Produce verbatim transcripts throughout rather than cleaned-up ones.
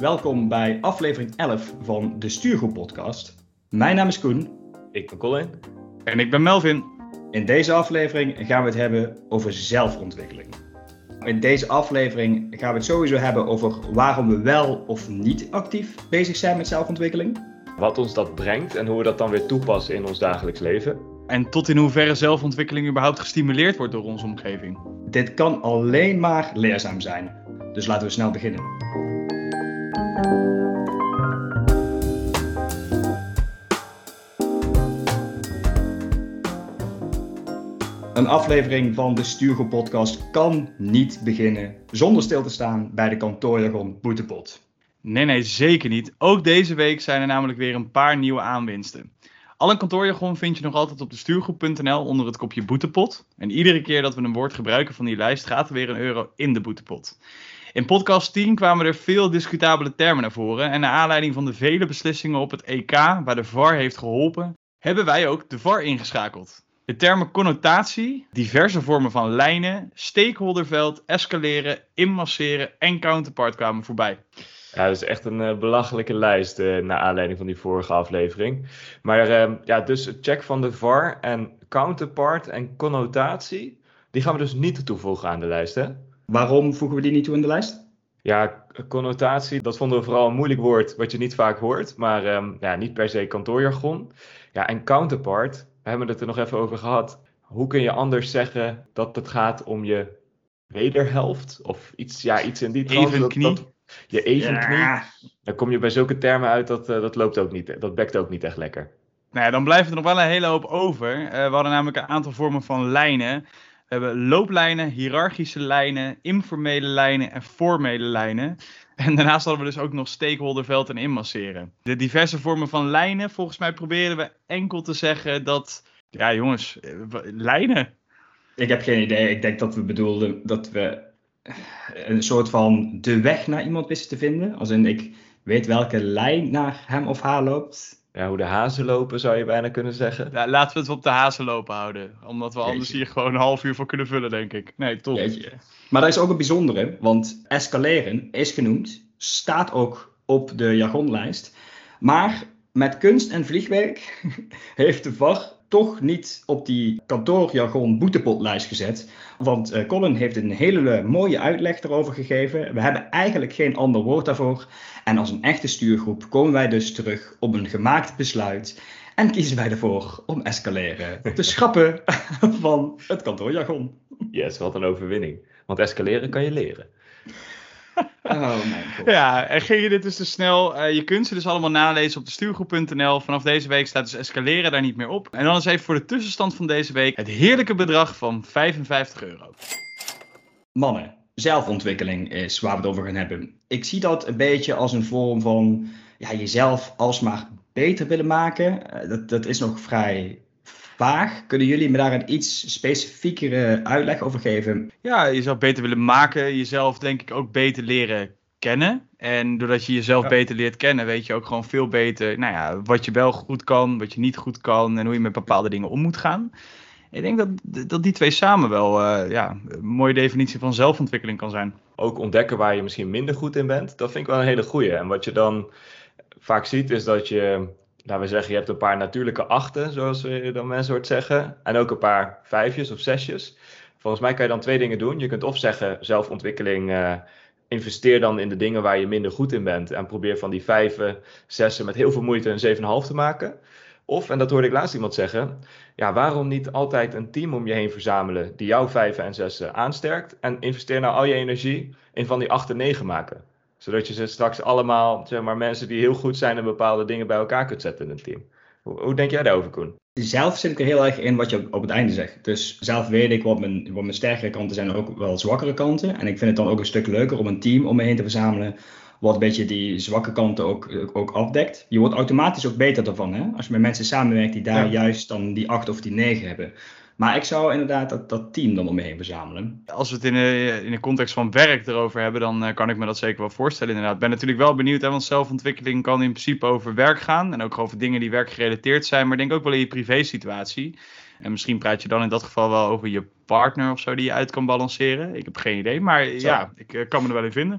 Welkom bij aflevering elf van de Stuurgroep podcast. Mijn naam is Koen. Ik ben Colin. En ik ben Melvin. In deze aflevering gaan we het hebben over zelfontwikkeling. In deze aflevering gaan we het sowieso hebben over waarom we wel of niet actief bezig zijn met zelfontwikkeling. Wat ons dat brengt en hoe we dat dan weer toepassen in ons dagelijks leven. En tot in hoeverre zelfontwikkeling überhaupt gestimuleerd wordt door onze omgeving. Dit kan alleen maar leerzaam zijn. Dus laten we snel beginnen. Een aflevering van de Stuurgroep podcast kan niet beginnen zonder stil te staan bij de kantoorjargon boetepot. Nee, nee, zeker niet. Ook deze week zijn er namelijk weer een paar nieuwe aanwinsten. Al een kantoorjargon vind je nog altijd op de stuurgroep punt n l onder het kopje boetepot. En iedere keer dat we een woord gebruiken van die lijst gaat er weer een euro in de boetepot. In podcast tien kwamen er veel discutabele termen naar voren. En naar aanleiding van de vele beslissingen op het E K waar de V A R heeft geholpen, hebben wij ook de V A R ingeschakeld. De termen connotatie, diverse vormen van lijnen, stakeholderveld, escaleren, inmasseren en counterpart kwamen voorbij. Ja, dat is echt een uh, belachelijke lijst uh, naar aanleiding van die vorige aflevering. Maar uh, ja, dus het check van de V A R en counterpart en connotatie, die gaan we dus niet toevoegen aan de lijst, hè? Waarom voegen we die niet toe in de lijst? Ja, connotatie, dat vonden we vooral een moeilijk woord wat je niet vaak hoort, maar um, ja, niet per se kantoorjargon. Ja, en counterpart, we hebben het er nog even over gehad. Hoe kun je anders zeggen dat het gaat om je wederhelft? Of iets, ja, iets in die trant. Evenknie. Dat, dat, je evenknie. Ja. Dan kom je bij zulke termen uit, dat, uh, dat loopt ook niet, dat bekt ook niet echt lekker. Nou ja, dan blijft er nog wel een hele hoop over. Uh, we hadden namelijk een aantal vormen van lijnen. We hebben looplijnen, hiërarchische lijnen, informele lijnen en formele lijnen. En daarnaast hadden we dus ook nog stakeholderveld en inmasseren. De diverse vormen van lijnen, volgens mij probeerden we enkel te zeggen dat, ja jongens, lijnen. Ik heb geen idee. Ik denk dat we bedoelden dat we een soort van de weg naar iemand wisten te vinden. Als in, ik weet welke lijn naar hem of haar loopt. Ja, hoe de hazen lopen zou je bijna kunnen zeggen. Ja, laten we het op de hazen lopen houden. Omdat we Jeetje. anders hier gewoon een half uur voor kunnen vullen, denk ik. Nee, top. Jeetje. Maar dat is ook een bijzondere, want escaleren is genoemd, staat ook op de jargonlijst. Maar met kunst en vliegwerk heeft de V A R toch niet op die kantoorjargon boetepotlijst gezet. Want uh, Colin heeft een hele mooie uitleg erover gegeven. We hebben eigenlijk geen ander woord daarvoor. En als een echte stuurgroep komen wij dus terug op een gemaakt besluit. En kiezen wij ervoor om escaleren te schrappen van het kantoorjargon. Yes, wat een overwinning. Want escaleren kan je leren. Oh mijn god. Ja, en ging je dit dus te snel? Uh, je kunt ze dus allemaal nalezen op de stuurgroep punt n l. Vanaf deze week staat dus escaleren daar niet meer op. En dan eens even voor de tussenstand van deze week het heerlijke bedrag van vijfenvijftig euro. Mannen, zelfontwikkeling is waar we het over gaan hebben. Ik zie dat een beetje als een vorm van ja, jezelf alsmaar beter willen maken. Uh, dat, dat is nog vrij vaag. Kunnen jullie me daar een iets specifiekere uitleg over geven? Ja, jezelf beter willen maken. Jezelf denk ik ook beter leren kennen. En doordat je jezelf Ja. beter leert kennen, weet je ook gewoon veel beter nou ja, wat je wel goed kan, wat je niet goed kan en hoe je met bepaalde dingen om moet gaan. Ik denk dat, dat die twee samen wel uh, ja, een mooie definitie van zelfontwikkeling kan zijn. Ook ontdekken waar je misschien minder goed in bent, dat vind ik wel een hele goeie. En wat je dan vaak ziet is dat je, laten we zeggen, je hebt een paar natuurlijke achten, zoals je dan mensen hoort zeggen. En ook een paar vijfjes of zesjes. Volgens mij kan je dan twee dingen doen. Je kunt of zeggen, zelfontwikkeling, uh, investeer dan in de dingen waar je minder goed in bent. En probeer van die vijven, zessen met heel veel moeite een zeven komma vijf te maken. Of, en dat hoorde ik laatst iemand zeggen, ja, waarom niet altijd een team om je heen verzamelen die jouw vijven en zessen aansterkt. En investeer nou al je energie in van die acht en negen maken. Zodat je ze straks allemaal, zeg maar, mensen die heel goed zijn in bepaalde dingen bij elkaar kunt zetten in een team. Hoe, hoe denk jij daarover, Koen? Zelf zit ik er heel erg in wat je op het einde zegt. Dus zelf weet ik wat mijn, wat mijn sterkere kanten zijn en ook wel zwakkere kanten. En ik vind het dan ook een stuk leuker om een team om me heen te verzamelen wat een beetje die zwakke kanten ook, ook afdekt. Je wordt automatisch ook beter ervan, hè? Als je met mensen samenwerkt die daar ja. juist dan die acht of die negen hebben. Maar ik zou inderdaad dat, dat team dan om me heen verzamelen. Als we het in de, in de context van werk erover hebben, dan uh, kan ik me dat zeker wel voorstellen inderdaad. Ik ben natuurlijk wel benieuwd, hè, want zelfontwikkeling kan in principe over werk gaan. En ook over dingen die werkgerelateerd zijn, maar denk ook wel in je privésituatie. En misschien praat je dan in dat geval wel over je partner of zo die je uit kan balanceren. Ik heb geen idee, maar zo. ja, ik uh, kan me er wel in vinden.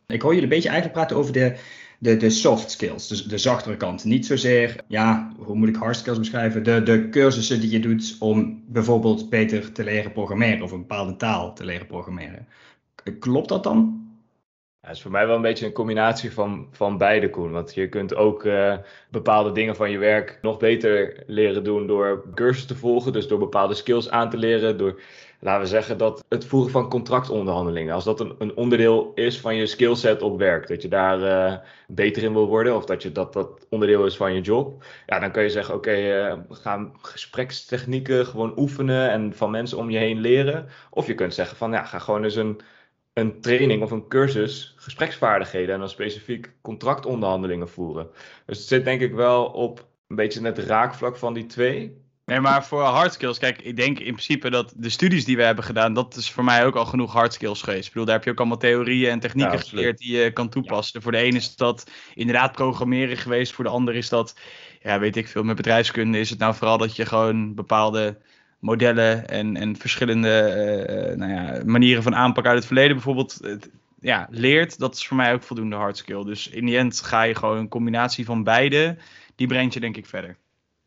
Ik hoor jullie een beetje eigenlijk praten over de, de, de soft skills, dus de zachtere kant. Niet zozeer, ja, hoe moet ik hard skills beschrijven? De, de cursussen die je doet om bijvoorbeeld beter te leren programmeren of een bepaalde taal te leren programmeren. Klopt dat dan? Ja, het is voor mij wel een beetje een combinatie van, van beide, Koen. Want je kunt ook uh, bepaalde dingen van je werk nog beter leren doen door cursussen te volgen. Dus door bepaalde skills aan te leren. Door, laten we zeggen, dat het voeren van contractonderhandelingen. Als dat een, een onderdeel is van je skillset op werk. Dat je daar uh, beter in wil worden. Of dat je, dat, dat onderdeel is van je job. Ja, dan kun je zeggen, oké, okay, uh, ga gesprekstechnieken gewoon oefenen. En van mensen om je heen leren. Of je kunt zeggen van, ja, ga gewoon eens een... een training of een cursus gespreksvaardigheden en dan specifiek contractonderhandelingen voeren. Dus het zit denk ik wel op een beetje net raakvlak van die twee. Nee, maar voor hard skills, kijk, ik denk in principe dat de studies die we hebben gedaan, dat is voor mij ook al genoeg hard skills geweest. Ik bedoel, daar heb je ook allemaal theorieën en technieken Ja, geleerd die je kan toepassen. Ja. Voor de ene is dat inderdaad programmeren geweest, voor de ander is dat, ja, weet ik veel, met bedrijfskunde is het nou vooral dat je gewoon bepaalde modellen en, en verschillende uh, nou ja, manieren van aanpak uit het verleden bijvoorbeeld uh, ja, leert. Dat is voor mij ook voldoende hard skill. Dus in die end ga je gewoon een combinatie van beide, die brengt je denk ik verder.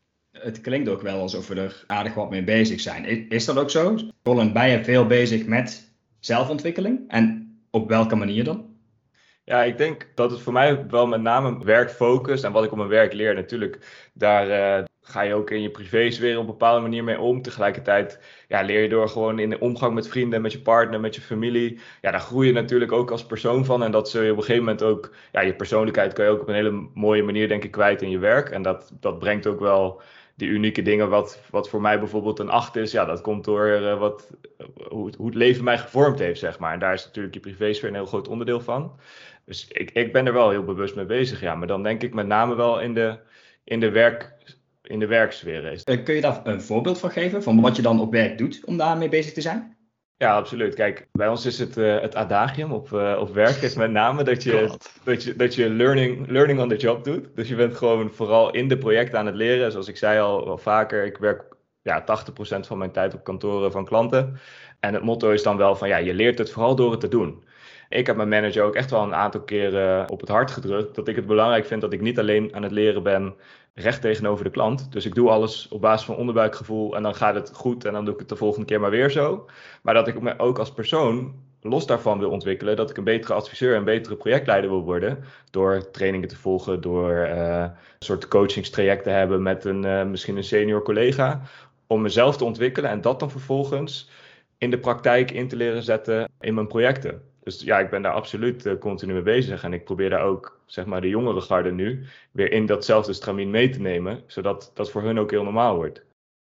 Het klinkt ook wel alsof we er aardig wat mee bezig zijn. Is, is dat ook zo? Colin, ben je veel bezig met zelfontwikkeling? En op welke manier dan? Ja, ik denk dat het voor mij wel met name werk focust. En wat ik op mijn werk leer natuurlijk, daar uh, ga je ook in je privésfeer op een bepaalde manier mee om. Tegelijkertijd ja, leer je door gewoon in de omgang met vrienden, met je partner, met je familie. Ja, daar groei je natuurlijk ook als persoon van. En dat zul je op een gegeven moment ook, ja, je persoonlijkheid kan je ook op een hele mooie manier denk ik kwijt in je werk. En dat, dat brengt ook wel die unieke dingen wat, wat voor mij bijvoorbeeld een acht is. Ja, dat komt door uh, wat, hoe, het, hoe het leven mij gevormd heeft, zeg maar. En daar is natuurlijk je privésfeer een heel groot onderdeel van. Dus ik, ik ben er wel heel bewust mee bezig, ja. Maar dan denk ik met name wel in de, in de, werk, in de werksfeer. Uh, kun je daar een voorbeeld van geven? Van wat je dan op werk doet om daarmee bezig te zijn? Ja, absoluut. Kijk, bij ons is het, uh, het adagium op, uh, op werk is met name dat je, dat je, dat je learning, learning on the job doet. Dus je bent gewoon vooral in de projecten aan het leren. Zoals ik zei al, al vaker, ik werk ja, tachtig procent van mijn tijd op kantoren van klanten. En het motto is dan wel van, ja, je leert het vooral door het te doen. Ik heb mijn manager ook echt wel een aantal keren op het hart gedrukt dat ik het belangrijk vind dat ik niet alleen aan het leren ben recht tegenover de klant. Dus ik doe alles op basis van onderbuikgevoel en dan gaat het goed en dan doe ik het de volgende keer maar weer zo. Maar dat ik me ook als persoon los daarvan wil ontwikkelen, dat ik een betere adviseur en een betere projectleider wil worden. Door trainingen te volgen, door uh, een soort coachingstraject te hebben met een, uh, misschien een senior collega. Om mezelf te ontwikkelen en dat dan vervolgens in de praktijk in te leren zetten in mijn projecten. Dus ja, ik ben daar absoluut uh, continu mee bezig. En ik probeer daar ook, zeg maar, de jongere garde nu weer in datzelfde stramien mee te nemen. Zodat dat voor hun ook heel normaal wordt.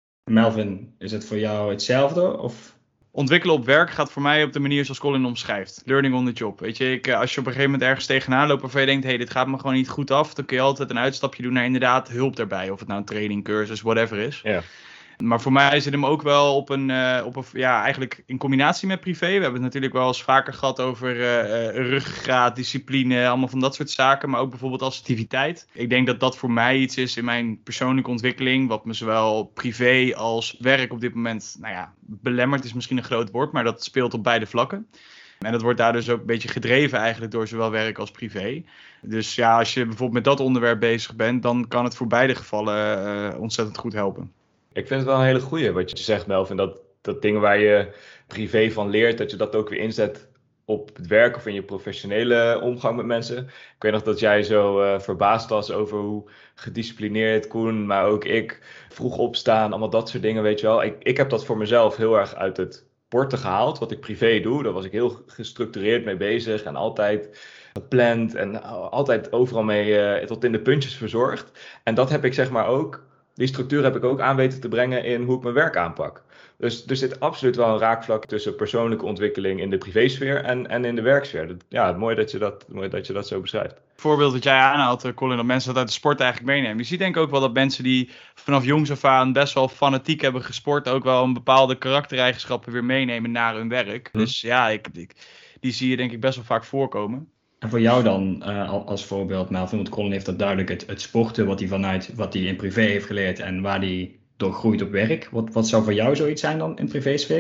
Melvin, is het voor jou hetzelfde? Of? Ontwikkelen op werk gaat voor mij op de manier zoals Colin omschrijft. Learning on the job. Weet je, ik, als je op een gegeven moment ergens tegenaan loopt waarvan je denkt, hé, hey, dit gaat me gewoon niet goed af. Dan kun je altijd een uitstapje doen naar inderdaad hulp daarbij. Of het nou een training, cursus, whatever is. Ja. Maar voor mij zit hem ook wel op een, uh, op een, ja, eigenlijk in combinatie met privé. We hebben het natuurlijk wel eens vaker gehad over uh, ruggengraat, discipline, allemaal van dat soort zaken. Maar ook bijvoorbeeld assertiviteit. Ik denk dat dat voor mij iets is in mijn persoonlijke ontwikkeling, wat me zowel privé als werk op dit moment, nou ja, belemmerd is misschien een groot woord, maar dat speelt op beide vlakken. En dat wordt daar dus ook een beetje gedreven eigenlijk door zowel werk als privé. Dus ja, als je bijvoorbeeld met dat onderwerp bezig bent, dan kan het voor beide gevallen uh, ontzettend goed helpen. Ik vind het wel een hele goeie wat je zegt, Melvin. Dat, dat dingen waar je privé van leert, dat je dat ook weer inzet op het werk of in je professionele omgang met mensen. Ik weet nog dat jij zo uh, verbaasd was over hoe gedisciplineerd Koen, maar ook ik, vroeg opstaan, allemaal dat soort dingen, weet je wel. Ik, ik heb dat voor mezelf heel erg uit het borden gehaald, wat ik privé doe. Daar was ik heel gestructureerd mee bezig en altijd gepland en altijd overal mee uh, tot in de puntjes verzorgd. En dat heb ik zeg maar ook... Die structuur heb ik ook aan weten te brengen in hoe ik mijn werk aanpak. Dus er zit absoluut wel een raakvlak tussen persoonlijke ontwikkeling in de privésfeer en, en in de werksfeer. Dat, ja, mooi dat, je dat, mooi dat je dat zo beschrijft. Het voorbeeld dat jij aanhaalt, Colin, dat mensen dat uit de sport eigenlijk meenemen. Je ziet denk ik ook wel dat mensen die vanaf jongs af aan best wel fanatiek hebben gesport, ook wel een bepaalde karaktereigenschappen weer meenemen naar hun werk. Hm. Dus ja, ik, ik, die zie je denk ik best wel vaak voorkomen. En voor jou dan, uh, als voorbeeld, Melvin, want Colin heeft dat duidelijk het, het sporten wat hij vanuit wat hij in privé heeft geleerd en waar hij door groeit op werk. Wat, wat zou voor jou zoiets zijn dan in privésfeer?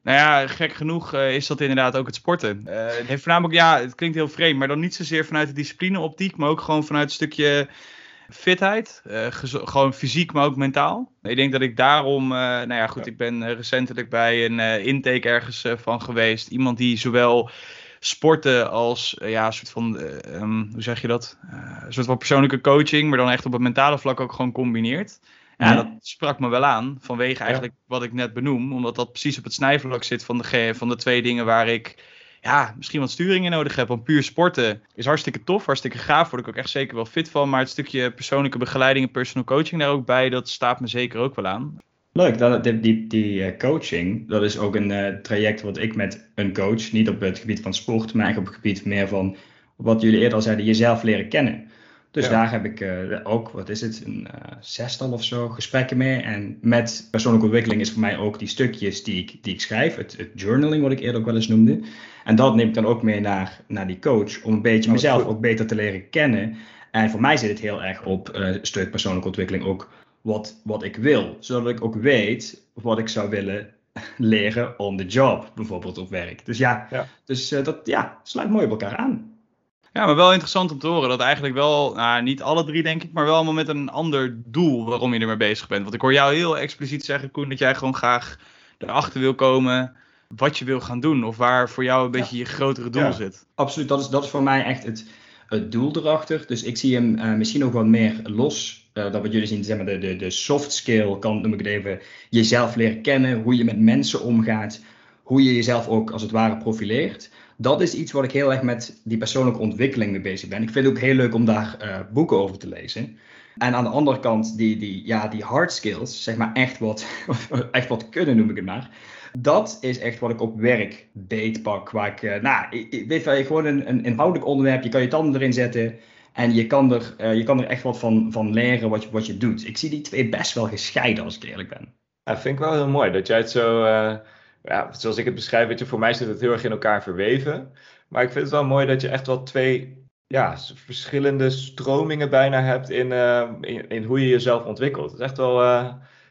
Nou ja, gek genoeg uh, is dat inderdaad ook het sporten. Uh, het heeft voornamelijk, ja, het klinkt heel vreemd, maar dan niet zozeer vanuit de discipline-optiek, maar ook gewoon vanuit een stukje fitheid. Uh, gezo- gewoon fysiek, maar ook mentaal. Ik denk dat ik daarom, uh, nou ja goed, ik ben uh, recentelijk bij een uh, intake ergens uh, van geweest. Iemand die zowel sporten als, uh, ja, een soort van, uh, um, hoe zeg je dat? Uh, een soort van persoonlijke coaching, maar dan echt op het mentale vlak ook gewoon combineert. Ja, ja, dat sprak me wel aan, vanwege eigenlijk ja. wat ik net benoem. Omdat dat precies op het snijvlak zit van de, van de twee dingen waar ik ja, misschien wat sturing in nodig heb. Want puur sporten is hartstikke tof, hartstikke gaaf. Word ik ook echt zeker wel fit van. Maar het stukje persoonlijke begeleiding en personal coaching daar ook bij, dat staat me zeker ook wel aan. Leuk, dat, die, die, die coaching, dat is ook een uh, traject wat ik met een coach, niet op het gebied van sport, maar eigenlijk op het gebied meer van wat jullie eerder al zeiden, jezelf leren kennen. Dus ja. daar heb ik uh, ook, wat is het, een uh, zestal of zo gesprekken mee. En met persoonlijke ontwikkeling is voor mij ook die stukjes die ik, die ik schrijf, het, het journaling wat ik eerder ook wel eens noemde. En dat neem ik dan ook mee naar, naar die coach, om een beetje oh, mezelf ook beter te leren kennen. En voor mij zit het heel erg op uh, een stuk persoonlijke ontwikkeling ook wat, wat ik wil. Zodat ik ook weet wat ik zou willen leren on the job, bijvoorbeeld op werk. Dus ja, ja. Dus, uh, dat ja, sluit mooi op elkaar aan. Ja, maar wel interessant om te horen dat eigenlijk wel, nou, niet alle drie denk ik, maar wel allemaal met een ander doel waarom je ermee bezig bent. Want ik hoor jou heel expliciet zeggen, Koen, dat jij gewoon graag erachter wil komen wat je wil gaan doen. Of waar voor jou een beetje ja. je grotere doel ja. zit. Absoluut, dat is, dat is voor mij echt het, het doel erachter. Dus ik zie hem uh, misschien ook wat meer los. Uh, dat wat jullie zien, zeg maar, de, de, de soft skill kant, noem ik het even, jezelf leren kennen, hoe je met mensen omgaat, hoe je jezelf ook als het ware profileert. Dat is iets wat ik heel erg met die persoonlijke ontwikkeling mee bezig ben. Ik vind het ook heel leuk om daar uh, boeken over te lezen. En aan de andere kant, die, die, ja, die hard skills, zeg maar echt wat, echt wat kunnen noem ik het maar. Dat is echt wat ik op werk beetpak. Waar ik, uh, nou, ik, weet wel, gewoon een, een inhoudelijk onderwerp, je kan je tanden erin zetten. En je kan er, uh, je kan er echt wat van, van leren wat je, wat je doet. Ik zie die twee best wel gescheiden als ik eerlijk ben. Ja, vind ik wel heel mooi dat jij het zo... Uh... Ja, zoals ik het beschrijf, weet je, voor mij zit het heel erg in elkaar verweven. Maar ik vind het wel mooi dat je echt wel twee ja, verschillende stromingen bijna hebt in, uh, in, in hoe je jezelf ontwikkelt. Het is echt wel, uh,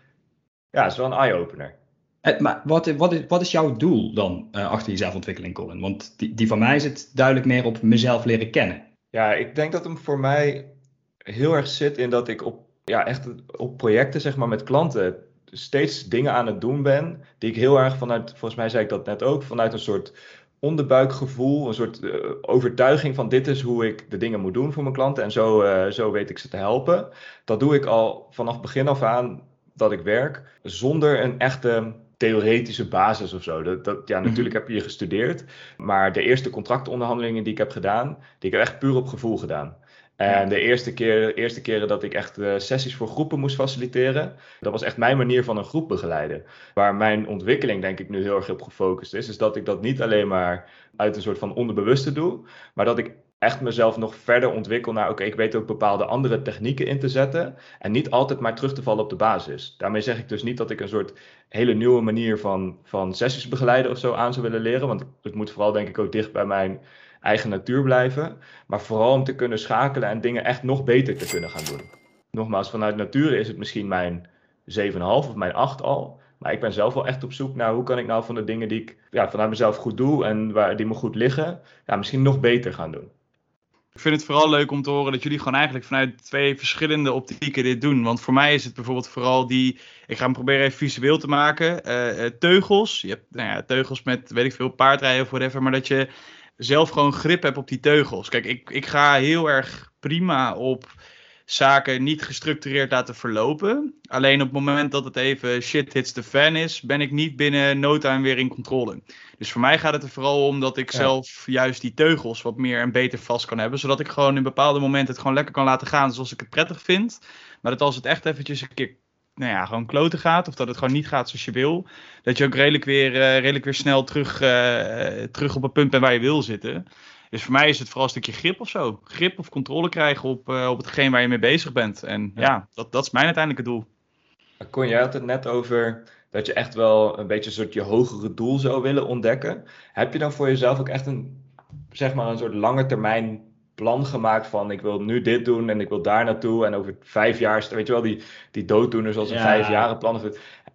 ja, het is wel een eye-opener. Uh, maar wat, wat, is, wat is jouw doel dan uh, achter je zelfontwikkeling, Colin? Want die, die van mij zit duidelijk meer op mezelf leren kennen. Ja, ik denk dat hem voor mij heel erg zit in dat ik op, ja, echt op projecten, zeg maar, met klanten steeds dingen aan het doen ben, die ik heel erg vanuit, volgens mij zei ik dat net ook, vanuit een soort onderbuikgevoel, een soort uh, overtuiging van dit is hoe ik de dingen moet doen voor mijn klanten en zo, uh, zo weet ik ze te helpen. Dat doe ik al vanaf begin af aan dat ik werk, zonder een echte theoretische basis of zo. Dat, dat, ja, natuurlijk heb je gestudeerd, maar de eerste contractonderhandelingen die ik heb gedaan, die ik heb echt puur op gevoel gedaan. En de eerste, keer, eerste keren dat ik echt uh, sessies voor groepen moest faciliteren, dat was echt mijn manier van een groep begeleiden. Waar mijn ontwikkeling denk ik nu heel erg op gefocust is, is dat ik dat niet alleen maar uit een soort van onderbewuste doe, maar dat ik echt mezelf nog verder ontwikkel naar, oké, okay, ik weet ook bepaalde andere technieken in te zetten en niet altijd maar terug te vallen op de basis. Daarmee zeg ik dus niet dat ik een soort hele nieuwe manier van, van sessies begeleiden of zo aan zou willen leren, want het moet vooral denk ik ook dicht bij mijn eigen natuur blijven, maar vooral om te kunnen schakelen en dingen echt nog beter te kunnen gaan doen. Nogmaals, vanuit nature is het misschien mijn zeven komma vijf of mijn acht al, maar ik ben zelf wel echt op zoek naar hoe kan ik nou van de dingen die ik ja, vanuit mezelf goed doe en waar, die me goed liggen, ja, misschien nog beter gaan doen. Ik vind het vooral leuk om te horen dat jullie gewoon eigenlijk vanuit twee verschillende optieken dit doen. Want voor mij is het bijvoorbeeld vooral die, ik ga hem proberen even visueel te maken, uh, teugels. Je hebt nou ja, teugels met, weet ik veel, paardrijden of whatever, maar dat je zelf gewoon grip hebt op die teugels. Kijk, ik, ik ga heel erg prima op zaken niet gestructureerd laten verlopen. Alleen op het moment dat het even shit hits the fan is, ben ik niet binnen no time weer in controle. Dus voor mij gaat het er vooral om dat ik ja. zelf juist die teugels wat meer en beter vast kan hebben. Zodat ik gewoon in bepaalde momenten het gewoon lekker kan laten gaan zoals ik het prettig vind. Maar dat als het echt eventjes een keer nou ja, gewoon kloten gaat, of dat het gewoon niet gaat zoals je wil, dat je ook redelijk weer, uh, redelijk weer snel terug, uh, terug op het punt bent waar je wil zitten. Dus voor mij is het vooral een stukje grip of zo. Grip of controle krijgen op, uh, op hetgeen waar je mee bezig bent. En ja, ja dat, dat is mijn uiteindelijke doel. Kon jij had het net over dat je echt wel een beetje een soort je hogere doel zou willen ontdekken. Heb je dan voor jezelf ook echt een, zeg maar een soort lange termijn plan gemaakt van ik wil nu dit doen en ik wil daar naartoe en over vijf jaar, weet je wel, die, die dooddoeners als een ja. vijf jaren plan.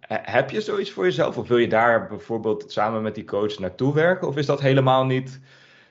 Heb je zoiets voor jezelf? Of wil je daar bijvoorbeeld samen met die coach naartoe werken? Of is dat helemaal niet,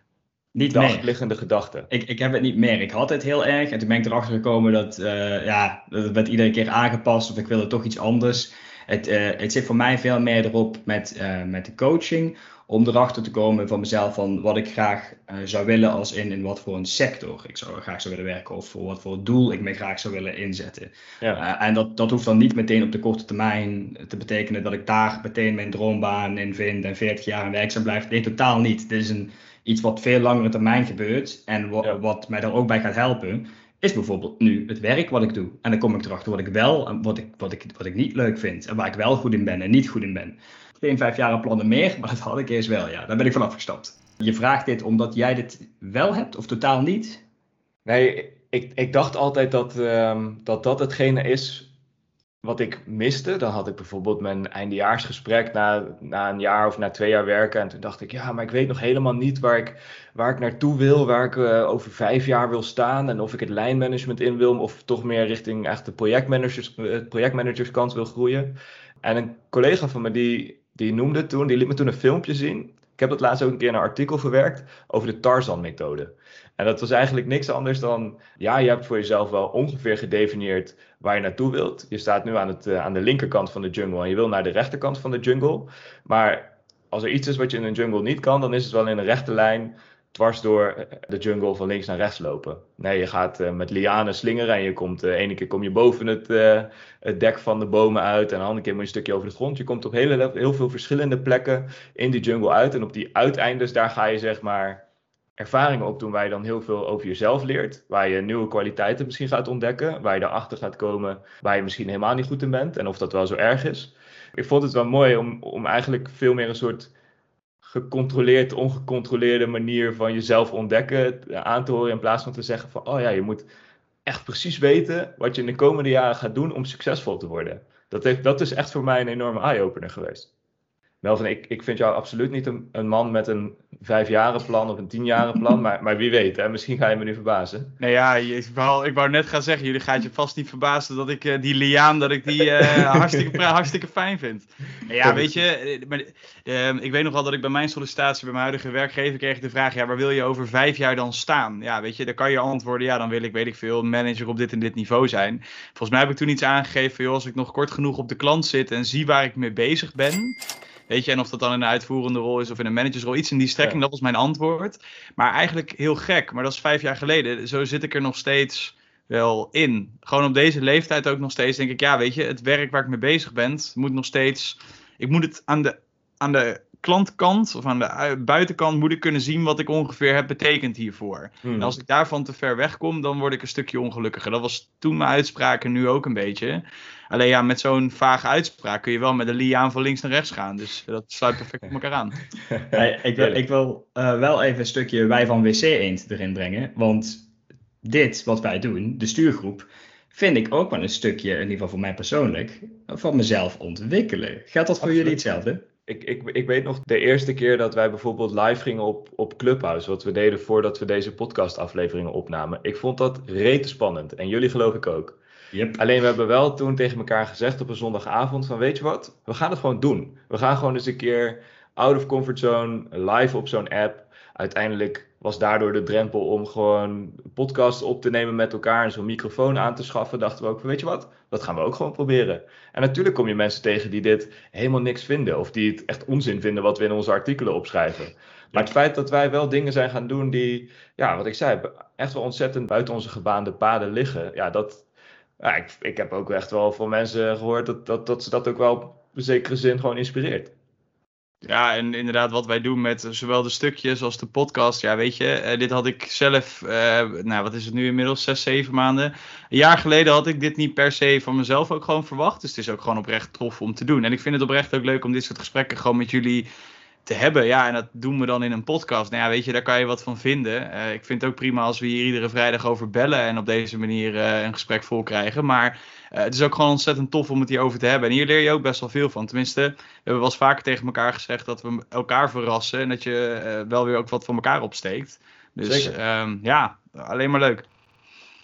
Niet de meer. achterliggende gedachte? Ik, ik heb het niet meer. Ik had het heel erg. En toen ben ik erachter gekomen dat, uh, ja, dat werd iedere keer aangepast. Of ik wilde toch iets anders. Het, uh, het zit voor mij veel meer erop met, uh, met de coaching. Om erachter te komen van mezelf van wat ik graag uh, zou willen als in, in wat voor een sector ik zou, graag zou willen werken. Of voor wat voor doel ik me graag zou willen inzetten. Ja. Uh, en dat, dat hoeft dan niet meteen op de korte termijn te betekenen dat ik daar meteen mijn droombaan in vind. En veertig jaar aan werkzaam blijf. Nee, totaal niet. Dit is een... Iets wat veel langere termijn gebeurt en wat, Ja. wat mij daar ook bij gaat helpen, is bijvoorbeeld nu het werk wat ik doe. En dan kom ik erachter wat ik wel en wat ik, wat ik, wat ik niet leuk vind. En waar ik wel goed in ben en niet goed in ben. Geen vijf jaar plannen meer, maar dat had ik eerst wel, ja. Daar ben ik van afgestapt. Je vraagt dit omdat jij dit wel hebt of totaal niet? Nee, ik, ik dacht altijd dat, um, dat dat hetgene is wat ik miste. Dan had ik bijvoorbeeld mijn eindejaarsgesprek na, na een jaar of na twee jaar werken. En toen dacht ik, ja, maar ik weet nog helemaal niet waar ik, waar ik naartoe wil. Waar ik uh, over vijf jaar wil staan. En of ik het lijnmanagement in wil. Of toch meer richting echt de projectmanagers, uh, projectmanagerskant wil groeien. En een collega van me die, die noemde toen, die liet me toen een filmpje zien. Ik heb dat laatst ook een keer in een artikel verwerkt over de Tarzan-methode. En dat was eigenlijk niks anders dan, ja, je hebt voor jezelf wel ongeveer gedefinieerd waar je naartoe wilt. Je staat nu aan, het, uh, aan de linkerkant van de jungle en je wil naar de rechterkant van de jungle. Maar als er iets is wat je in een jungle niet kan, dan is het wel in een rechte lijn dwars door de jungle van links naar rechts lopen. Nee, je gaat uh, met lianen slingeren en je komt, de uh, ene keer kom je boven het, uh, het dek van de bomen uit en de andere keer moet je een stukje over de grond. Je komt op hele, heel veel verschillende plekken in die jungle uit en op die uiteindes daar ga je zeg maar ervaringen opdoen waar je dan heel veel over jezelf leert, waar je nieuwe kwaliteiten misschien gaat ontdekken, waar je erachter gaat komen waar je misschien helemaal niet goed in bent en of dat wel zo erg is. Ik vond het wel mooi om, om eigenlijk veel meer een soort gecontroleerd, ongecontroleerde manier van jezelf ontdekken aan te horen in plaats van te zeggen van, oh ja, je moet echt precies weten wat je in de komende jaren gaat doen om succesvol te worden. Dat, heeft, dat is echt voor mij een enorme eye-opener geweest. Melvin, ik, ik vind jou absoluut niet een, een man met een vijfjaren plan of een tienjaren plan, maar, maar wie weet, hè? Misschien ga je me nu verbazen. Nee ja, ik wou, ik wou net gaan zeggen, jullie gaat je vast niet verbazen dat ik uh, die liaan, dat ik die uh, hartstikke, hartstikke fijn vind. Ja, weet je, maar, uh, ik weet nog wel dat ik bij mijn sollicitatie bij mijn huidige werkgever kreeg ik de vraag, ja, waar wil je over vijf jaar dan staan? Ja, weet je, dan kan je antwoorden, ja, dan wil ik, weet ik veel, manager op dit en dit niveau zijn. Volgens mij heb ik toen iets aangegeven van, joh, als ik nog kort genoeg op de klant zit en zie waar ik mee bezig ben. Weet je, en of dat dan in een uitvoerende rol is of in een managersrol, iets in die strekking, ja. Dat was mijn antwoord. Maar eigenlijk heel gek, maar dat is vijf jaar geleden. Zo zit ik er nog steeds wel in. Gewoon op deze leeftijd ook nog steeds denk ik, ja, weet je, het werk waar ik mee bezig ben, moet nog steeds, ik moet het aan de, aan de klantkant of aan de buitenkant moet ik kunnen zien wat ik ongeveer heb betekend hiervoor. Hmm. En als ik daarvan te ver wegkom, dan word ik een stukje ongelukkiger. Dat was toen mijn uitspraak en nu ook een beetje. Alleen ja, met zo'n vage uitspraak kun je wel met een liaan van links naar rechts gaan. Dus dat sluit perfect op elkaar aan. Hey, ik wil, ik wil uh, wel even een stukje wij van W C Eend erin brengen. Want dit, wat wij doen, de stuurgroep, vind ik ook wel een stukje, in ieder geval voor mij persoonlijk, van mezelf ontwikkelen. Gaat dat voor Absoluut. jullie hetzelfde? Ik, ik, ik weet nog de eerste keer dat wij bijvoorbeeld live gingen op, op Clubhouse, wat we deden voordat we deze podcastafleveringen opnamen. Ik vond dat rete spannend en jullie geloof ik ook. Yep. Alleen we hebben wel toen tegen elkaar gezegd op een zondagavond van weet je wat, we gaan het gewoon doen. We gaan gewoon eens een keer out of comfort zone, live op zo'n app. Uiteindelijk was daardoor de drempel om gewoon podcasts op te nemen met elkaar en zo'n microfoon aan te schaffen. Dachten we ook van weet je wat, dat gaan we ook gewoon proberen. En natuurlijk kom je mensen tegen die dit helemaal niks vinden of die het echt onzin vinden wat we in onze artikelen opschrijven. Maar het feit dat wij wel dingen zijn gaan doen die, ja wat ik zei, echt wel ontzettend buiten onze gebaande paden liggen. Ja, dat... Ja, ik, ik heb ook echt wel van mensen gehoord dat, dat, dat ze dat ook wel op een zekere zin gewoon inspireert. Ja, en inderdaad wat wij doen met zowel de stukjes als de podcast. Ja, weet je, uh, dit had ik zelf, uh, nou wat is het nu inmiddels, zes, zeven maanden. Een jaar geleden had ik dit niet per se van mezelf ook gewoon verwacht. Dus het is ook gewoon oprecht tof om te doen. En ik vind het oprecht ook leuk om dit soort gesprekken gewoon met jullie te hebben. Ja, en dat doen we dan in een podcast. Nou ja, weet je, daar kan je wat van vinden. Uh, ik vind het ook prima als we hier iedere vrijdag over bellen en op deze manier uh, een gesprek vol krijgen. Maar uh, het is ook gewoon ontzettend tof om het hierover te hebben. En hier leer je ook best wel veel van. Tenminste, we hebben wel eens vaker tegen elkaar gezegd dat we elkaar verrassen en dat je uh, wel weer ook wat van elkaar opsteekt. Dus um, ja, alleen maar leuk.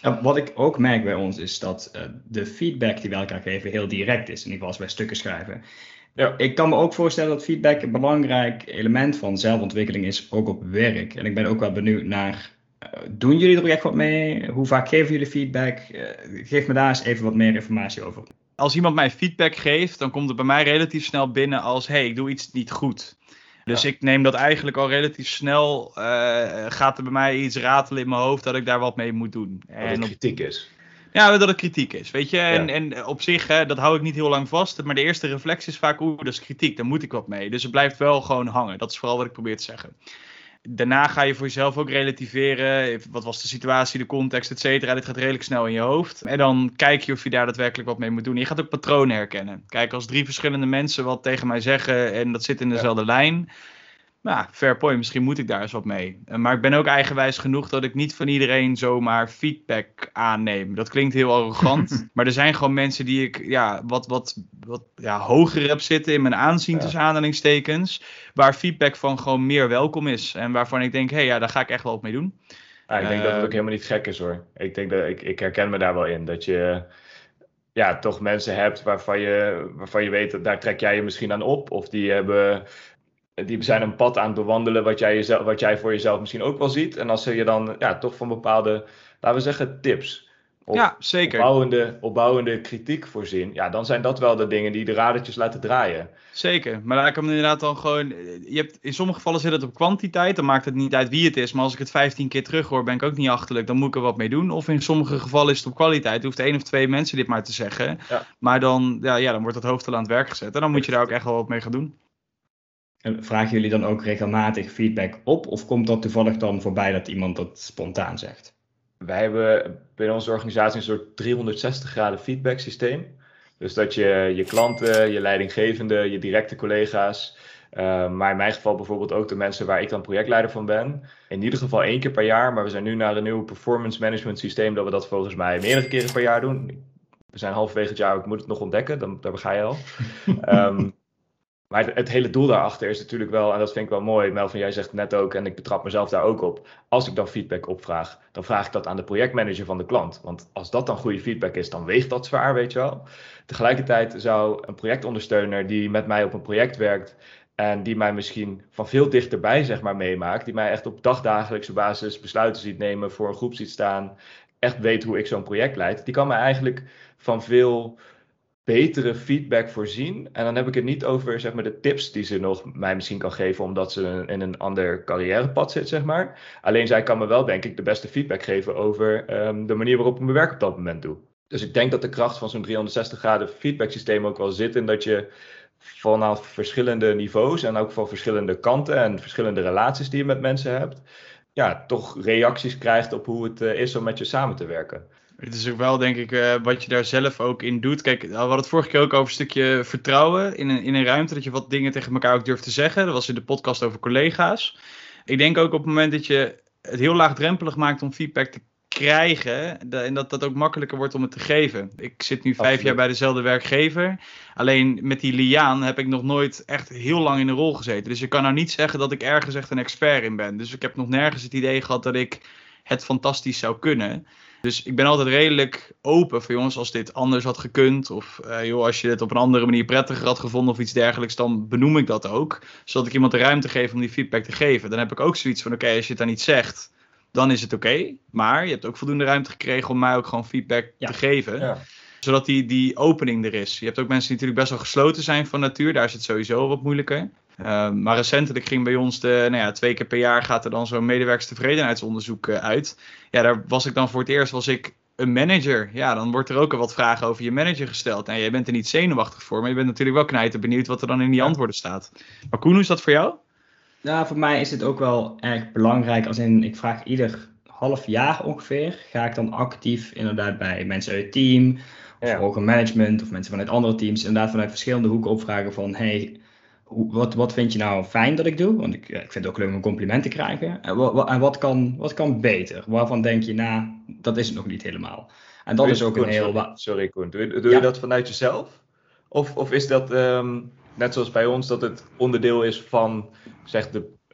Ja, wat ik ook merk bij ons is dat uh, de feedback die we elkaar geven heel direct is. In ieder geval als wij stukken schrijven. Ja. Ik kan me ook voorstellen dat feedback een belangrijk element van zelfontwikkeling is, ook op werk. En ik ben ook wel benieuwd naar, uh, doen jullie er ook echt wat mee? Hoe vaak geven jullie feedback? Uh, geef me daar eens even wat meer informatie over. Als iemand mij feedback geeft, dan komt het bij mij relatief snel binnen als, hey, ik doe iets niet goed. Dus ja. ik neem dat eigenlijk al relatief snel, uh, gaat er bij mij iets ratelen in mijn hoofd dat ik daar wat mee moet doen. Dat het kritiek is. Ja, dat het kritiek is, weet je. En, ja. en op zich, hè, dat hou ik niet heel lang vast. Maar de eerste reflex is vaak, oeh, dat is kritiek, daar moet ik wat mee. Dus het blijft wel gewoon hangen. Dat is vooral wat ik probeer te zeggen. Daarna ga je voor jezelf ook relativeren. Wat was de situatie, de context, et cetera. Dit gaat redelijk snel in je hoofd. En dan kijk je of je daar daadwerkelijk wat mee moet doen. Je gaat ook patronen herkennen. Kijk, als drie verschillende mensen wat tegen mij zeggen en dat zit in dezelfde ja. lijn. Nou, fair point, misschien moet ik daar eens wat mee. Maar ik ben ook eigenwijs genoeg dat ik niet van iedereen zomaar feedback aanneem. Dat klinkt heel arrogant. Maar er zijn gewoon mensen die ik ja, wat, wat, wat ja, hoger heb zitten in mijn aanzien ja. tussen aanhalingstekens. Waar feedback van gewoon meer welkom is. En waarvan ik denk, hé, hey, ja, daar ga ik echt wel wat mee doen. Ja, ik denk uh, dat het ook helemaal niet gek is hoor. Ik denk dat ik, ik herken me daar wel in. Dat je ja, toch mensen hebt waarvan je, waarvan je weet, dat daar trek jij je misschien aan op. Of die hebben... Die zijn een pad aan het bewandelen wat jij, jezelf, wat jij voor jezelf misschien ook wel ziet. En als ze je dan ja, toch van bepaalde, laten we zeggen, tips of ja, zeker. Opbouwende, opbouwende kritiek voorzien. Ja, dan zijn dat wel de dingen die de radertjes laten draaien. Zeker, maar daar kan me inderdaad dan gewoon... Je hebt, in sommige gevallen zit het op kwantiteit, dan maakt het niet uit wie het is. Maar als ik het vijftien keer terug hoor, ben ik ook niet achterlijk. Dan moet ik er wat mee doen. Of in sommige gevallen is het op kwaliteit. Er hoeft één of twee mensen dit maar te zeggen. Ja. Maar dan, ja, ja, dan wordt het hoofd al aan het werk gezet. En dan moet je daar ook echt wel wat mee gaan doen. En vragen jullie dan ook regelmatig feedback op? Of komt dat toevallig dan voorbij dat iemand dat spontaan zegt? Wij hebben binnen onze organisatie een soort driehonderdzestig graden feedback systeem. Dus dat je je klanten, je leidinggevende, je directe collega's... Uh, maar in mijn geval bijvoorbeeld ook de mensen waar ik dan projectleider van ben. In ieder geval één keer per jaar. Maar we zijn nu naar een nieuw performance management systeem... dat we dat volgens mij meerdere keren per jaar doen. We zijn halverwege het jaar, ik moet het nog ontdekken. Dan, daar ga je al. Um, Maar het hele doel daarachter is natuurlijk wel, en dat vind ik wel mooi, Melvin, jij zegt het net ook, en ik betrap mezelf daar ook op. Als ik dan feedback opvraag, dan vraag ik dat aan de projectmanager van de klant. Want als dat dan goede feedback is, dan weegt dat zwaar, weet je wel. Tegelijkertijd zou een projectondersteuner die met mij op een project werkt en die mij misschien van veel dichterbij, zeg maar, meemaakt, die mij echt op dagdagelijkse basis besluiten ziet nemen, voor een groep ziet staan, echt weet hoe ik zo'n project leid, die kan mij eigenlijk van veel betere feedback voorzien. En dan heb ik het niet over, zeg maar, de tips die ze nog mij misschien kan geven, omdat ze in een ander carrièrepad zit, zeg maar. Alleen zij kan me wel, denk ik, de beste feedback geven over um, de manier waarop ik mijn werk op dat moment doe. Dus ik denk dat de kracht van zo'n driehonderdzestig graden feedback systeem ook wel zit in dat je vanaf verschillende niveaus en ook van verschillende kanten en verschillende relaties die je met mensen hebt, ja, toch reacties krijgt op hoe het uh, is om met je samen te werken. Het is ook wel, denk ik, uh, wat je daar zelf ook in doet. Kijk, we hadden het vorige keer ook over een stukje vertrouwen in een, in een ruimte. Dat je wat dingen tegen elkaar ook durft te zeggen. Dat was in de podcast over collega's. Ik denk ook op het moment dat je het heel laagdrempelig maakt om feedback te krijgen. En dat dat ook makkelijker wordt om het te geven. Ik zit nu vijf Absoluut. jaar bij dezelfde werkgever. Alleen met die liaan heb ik nog nooit echt heel lang in een rol gezeten. Dus je kan nou niet zeggen dat ik ergens echt een expert in ben. Dus ik heb nog nergens het idee gehad dat ik het fantastisch zou kunnen. Dus ik ben altijd redelijk open voor jongens, als dit anders had gekund. Of uh, joh, als je het op een andere manier prettiger had gevonden of iets dergelijks, dan benoem ik dat ook. Zodat ik iemand de ruimte geef om die feedback te geven. Dan heb ik ook zoiets van, oké, okay, als je het dan niet zegt, dan is het oké. Okay. Maar je hebt ook voldoende ruimte gekregen om mij ook gewoon feedback ja. te geven. Ja. Zodat die, die opening er is. Je hebt ook mensen die natuurlijk best wel gesloten zijn van natuur. Daar is het sowieso wat moeilijker. Uh, maar recentelijk ging bij ons de, nou ja, twee keer per jaar gaat er dan zo'n medewerkerstevredenheidsonderzoek uh, uit. Ja, daar was ik dan voor het eerst, was ik een manager. Ja, dan wordt er ook al wat vragen over je manager gesteld. En jij bent er niet zenuwachtig voor, maar je bent natuurlijk wel knijter benieuwd wat er dan in die antwoorden staat. Maar Koen, hoe is dat voor jou? Nou, voor mij is het ook wel erg belangrijk. Als in, ik vraag ieder half jaar ongeveer, ga ik dan actief inderdaad bij mensen uit het team, of ja. hoger management, of mensen vanuit andere teams, inderdaad vanuit verschillende hoeken opvragen van, hey, Hoe, wat, wat vind je nou fijn dat ik doe? Want ik, ik vind het ook leuk om een compliment te krijgen. En, wat, en wat, kan, wat kan beter? Waarvan denk je, nou, dat is het nog niet helemaal. En dat is ook Koen, een heel... Sorry, sorry Koen, doe, doe ja. je dat vanuit jezelf? Of, of is dat, um, net zoals bij ons, dat het onderdeel is van zeg, de,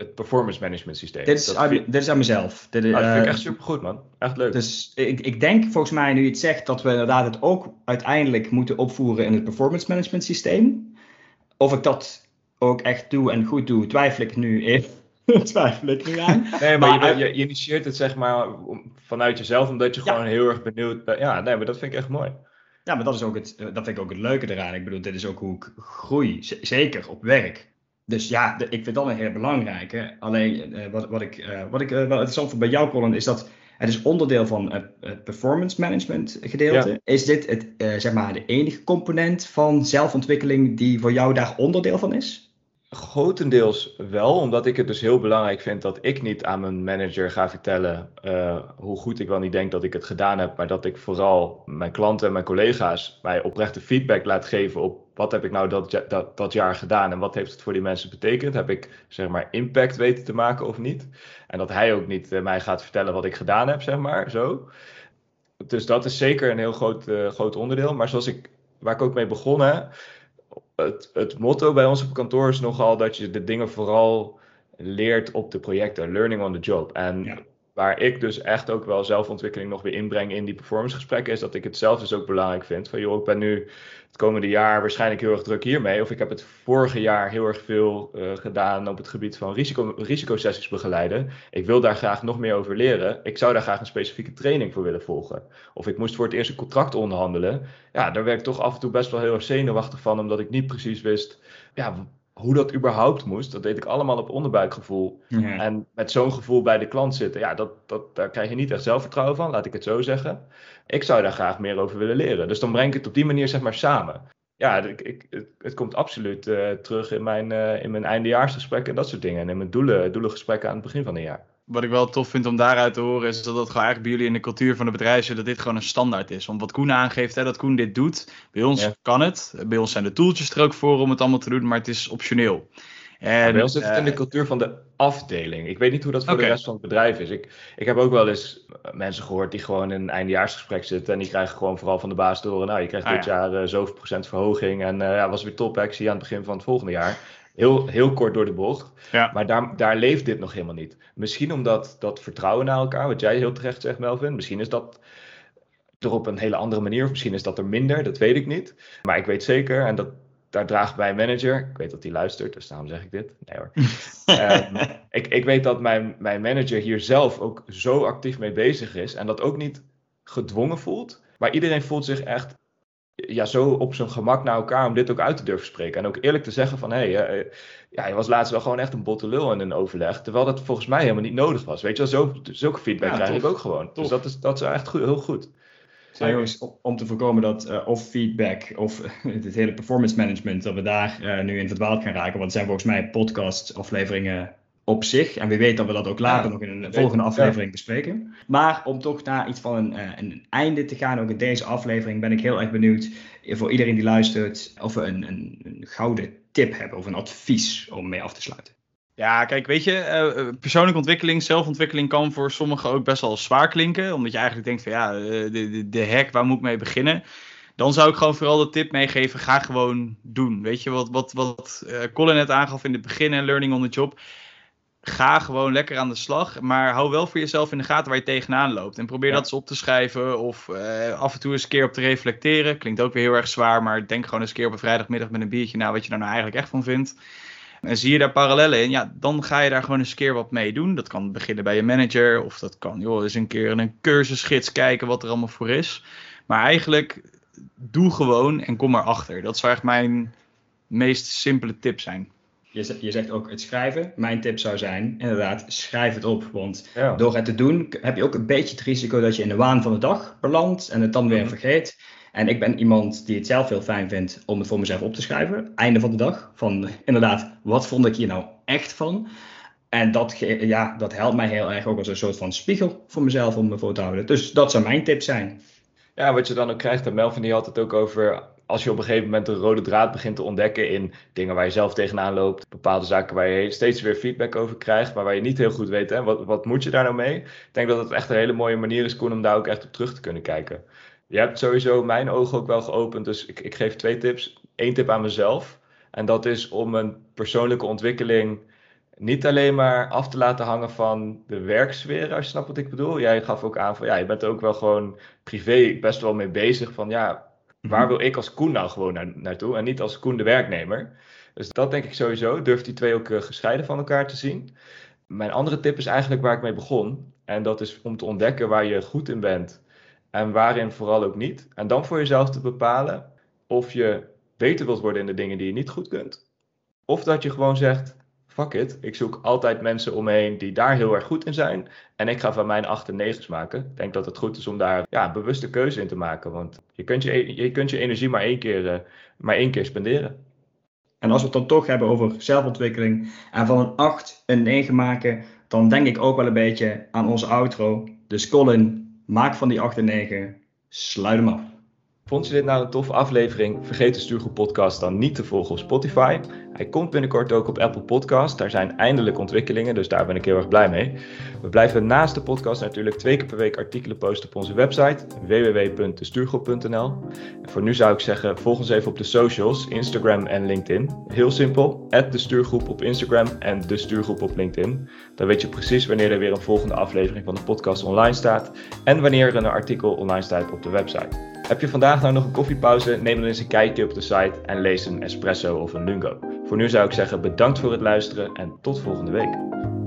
het performance management systeem. Dit is, dat, aan, vind, dit is aan mezelf. Dit, ah, dat vind ik uh, echt supergoed, man. Echt leuk. Dus ik, ik denk volgens mij, nu je het zegt, dat we inderdaad het ook uiteindelijk moeten opvoeren in het performance management systeem. Of ik dat ook echt doe en goed doe, twijfel ik nu even. twijfel ik nu aan. Nee, maar, maar je, je, je initieert het zeg maar vanuit jezelf, omdat je ja. gewoon heel erg benieuwd bent. Ja, nee, maar dat vind ik echt mooi. Ja, maar dat, is ook het, dat vind ik ook het leuke eraan. Ik bedoel, dit is ook hoe ik groei, z- zeker op werk. Dus ja, de, ik vind dat een heel belangrijke. Alleen uh, wat, wat ik, uh, wat ik uh, wel interessant vind bij jou, Colin, is dat het is onderdeel van het, het performance management gedeelte. Ja. Is dit het, uh, zeg maar de enige component van zelfontwikkeling die voor jou daar onderdeel van is? Grotendeels wel, omdat ik het dus heel belangrijk vind dat ik niet aan mijn manager ga vertellen uh, hoe goed ik wel niet denk dat ik het gedaan heb, maar dat ik vooral mijn klanten en mijn collega's mij oprechte feedback laat geven op wat heb ik nou dat, dat, dat jaar gedaan en wat heeft het voor die mensen betekend. Heb ik zeg maar impact weten te maken of niet? En dat hij ook niet uh, mij gaat vertellen wat ik gedaan heb, zeg maar, zo. Dus dat is zeker een heel groot, uh, groot onderdeel, maar zoals ik, waar ik ook mee begonnen. Het, het motto bij ons op kantoor is nogal dat je de dingen vooral leert op de projecten, learning on the job. En ja. waar ik dus echt ook wel zelfontwikkeling nog weer inbreng in die performancegesprekken, is dat ik het zelf dus ook belangrijk vind. Van joh, ik ben nu het komende jaar waarschijnlijk heel erg druk hiermee. Of ik heb het vorige jaar heel erg veel uh, gedaan op het gebied van risico, risicosessies begeleiden. Ik wil daar graag nog meer over leren. Ik zou daar graag een specifieke training voor willen volgen. Of ik moest voor het eerst een contract onderhandelen. Ja, daar werd ik toch af en toe best wel heel erg zenuwachtig van, omdat ik niet precies wist ja, hoe dat überhaupt moest. Dat deed ik allemaal op onderbuikgevoel. Ja. En met zo'n gevoel bij de klant zitten, ja, dat, dat, daar krijg je niet echt zelfvertrouwen van, laat ik het zo zeggen. Ik zou daar graag meer over willen leren. Dus dan breng ik het op die manier zeg maar samen. Ja, ik, ik, het, het komt absoluut uh, terug in mijn, uh, in mijn eindejaarsgesprekken en dat soort dingen. En in mijn doelen, doelengesprekken aan het begin van het jaar. Wat ik wel tof vind om daaruit te horen is dat dat gewoon eigenlijk bij jullie in de cultuur van het bedrijf zit, dat dit gewoon een standaard is. Want wat Koen aangeeft, hè, dat Koen dit doet, bij ons ja. kan het. Bij ons zijn de tooltjes er ook voor om het allemaal te doen, maar het is optioneel. En, ja, bij ons zit het in de cultuur van de afdeling. Ik weet niet hoe dat voor okay. de rest van het bedrijf is. Ik, ik heb ook wel eens mensen gehoord die gewoon in een eindejaarsgesprek zitten en die krijgen gewoon vooral van de baas te horen, nou, je krijgt ah, dit ja. jaar uh, zoveel procent verhoging en uh, ja, was weer top, hè? Ik zie je aan het begin van het volgende jaar. Heel, heel kort door de bocht. Ja. Maar daar, daar leeft dit nog helemaal niet. Misschien omdat dat vertrouwen naar elkaar, wat jij heel terecht zegt, Melvin. Misschien is dat er op een hele andere manier. Of misschien is dat er minder. Dat weet ik niet. Maar ik weet zeker, en dat, daar draagt mijn manager. Ik weet dat hij luistert, dus daarom zeg ik dit. Nee hoor. um, ik, ik weet dat mijn, mijn manager hier zelf ook zo actief mee bezig is. En dat ook niet gedwongen voelt. Maar iedereen voelt zich echt ja, zo op zijn gemak naar elkaar om dit ook uit te durven spreken. En ook eerlijk te zeggen van, hé, hey, uh, ja, je was laatst wel gewoon echt een botte lul in een overleg. Terwijl dat volgens mij helemaal niet nodig was. Weet je wel, zo, zulke feedback ja, krijg tof. ik ook gewoon. Tof. Dus dat is, dat is echt goed, heel goed. Ja, jongens, om te voorkomen dat uh, of feedback of uh, het hele performance management, dat we daar uh, nu in verdwaald gaan raken. Want het zijn volgens mij podcast afleveringen op zich. En wie weet dat we dat ook later ja, nog in een volgende aflevering ja. bespreken. Maar om toch naar iets van een, uh, een einde te gaan, ook in deze aflevering, ben ik heel erg benieuwd voor iedereen die luistert of we een, een, een gouden tip hebben of een advies om mee af te sluiten. Ja, kijk, weet je, uh, persoonlijke ontwikkeling, zelfontwikkeling kan voor sommigen ook best wel zwaar klinken. Omdat je eigenlijk denkt van ja, de, de, de hek, waar moet ik mee beginnen? Dan zou ik gewoon vooral de tip meegeven, ga gewoon doen. Weet je, wat, wat, wat uh, Colin net aangaf in het begin en learning on the job. Ga gewoon lekker aan de slag, maar hou wel voor jezelf in de gaten waar je tegenaan loopt. En probeer ja. dat eens op te schrijven of uh, af en toe eens een keer op te reflecteren. Klinkt ook weer heel erg zwaar, maar denk gewoon eens een keer op een vrijdagmiddag met een biertje na wat je daar nou eigenlijk echt van vindt. En zie je daar parallellen in, ja, dan ga je daar gewoon eens een keer wat mee doen. Dat kan beginnen bij je manager of dat kan joh, eens een keer in een cursusgids kijken wat er allemaal voor is. Maar eigenlijk, doe gewoon en kom erachter. Dat zou echt mijn meest simpele tip zijn. Je, je zegt ook het schrijven. Mijn tip zou zijn, inderdaad, schrijf het op. Want ja. door het te doen heb je ook een beetje het risico dat je in de waan van de dag belandt en het dan weer mm-hmm. vergeet. En ik ben iemand die het zelf heel fijn vindt om het voor mezelf op te schrijven. Einde van de dag. Van inderdaad, wat vond ik hier nou echt van? En dat, ja, dat helpt mij heel erg ook als een soort van spiegel voor mezelf om me voor te houden. Dus dat zou mijn tip zijn. Ja, wat je dan ook krijgt, en Melvin die had het ook over, als je op een gegeven moment een rode draad begint te ontdekken in dingen waar je zelf tegenaan loopt, bepaalde zaken waar je steeds weer feedback over krijgt, maar waar je niet heel goed weet, hè, wat, wat moet je daar nou mee? Ik denk dat het echt een hele mooie manier is, Koen, om daar ook echt op terug te kunnen kijken. Je hebt sowieso mijn ogen ook wel geopend, dus ik, ik geef twee tips. Eén tip aan mezelf, en dat is om een persoonlijke ontwikkeling niet alleen maar af te laten hangen van de werksfeer, als je snapt wat ik bedoel. Jij gaf ook aan van, ja, je bent er ook wel gewoon privé best wel mee bezig van, ja, waar wil ik als Koen nou gewoon naar, naartoe en niet als Koen de werknemer. Dus dat denk ik sowieso. Durf die twee ook uh, gescheiden van elkaar te zien. Mijn andere tip is eigenlijk waar ik mee begon. En dat is om te ontdekken waar je goed in bent en waarin vooral ook niet. En dan voor jezelf te bepalen of je beter wilt worden in de dingen die je niet goed kunt. Of dat je gewoon zegt, fuck it, ik zoek altijd mensen om me heen die daar heel erg goed in zijn. En ik ga van mijn acht en negens maken. Ik denk dat het goed is om daar ja, een bewuste keuze in te maken. Want je kunt je, je, kunt je energie maar één keer, uh, maar één keer spenderen. En als we het dan toch hebben over zelfontwikkeling en van een acht een negen maken, dan denk ik ook wel een beetje aan onze outro. Dus Colin, maak van die acht en negen, sluit hem af. Vond je dit nou een toffe aflevering? Vergeet de Stuurgroep podcast dan niet te volgen op Spotify. Hij komt binnenkort ook op Apple Podcast. Daar zijn eindelijk ontwikkelingen, dus daar ben ik heel erg blij mee. We blijven naast de podcast natuurlijk twee keer per week artikelen posten op onze website w w w punt de stuurgroep punt n l. En voor nu zou ik zeggen, volg ons even op de socials, Instagram en LinkedIn. Heel simpel, at de Stuurgroep op Instagram en de Stuurgroep op LinkedIn. Dan weet je precies wanneer er weer een volgende aflevering van de podcast online staat en wanneer er een artikel online staat op de website. Heb je vandaag nou nog een koffiepauze? Neem dan eens een kijkje op de site en lees een espresso of een lungo. Voor nu zou ik zeggen bedankt voor het luisteren en tot volgende week.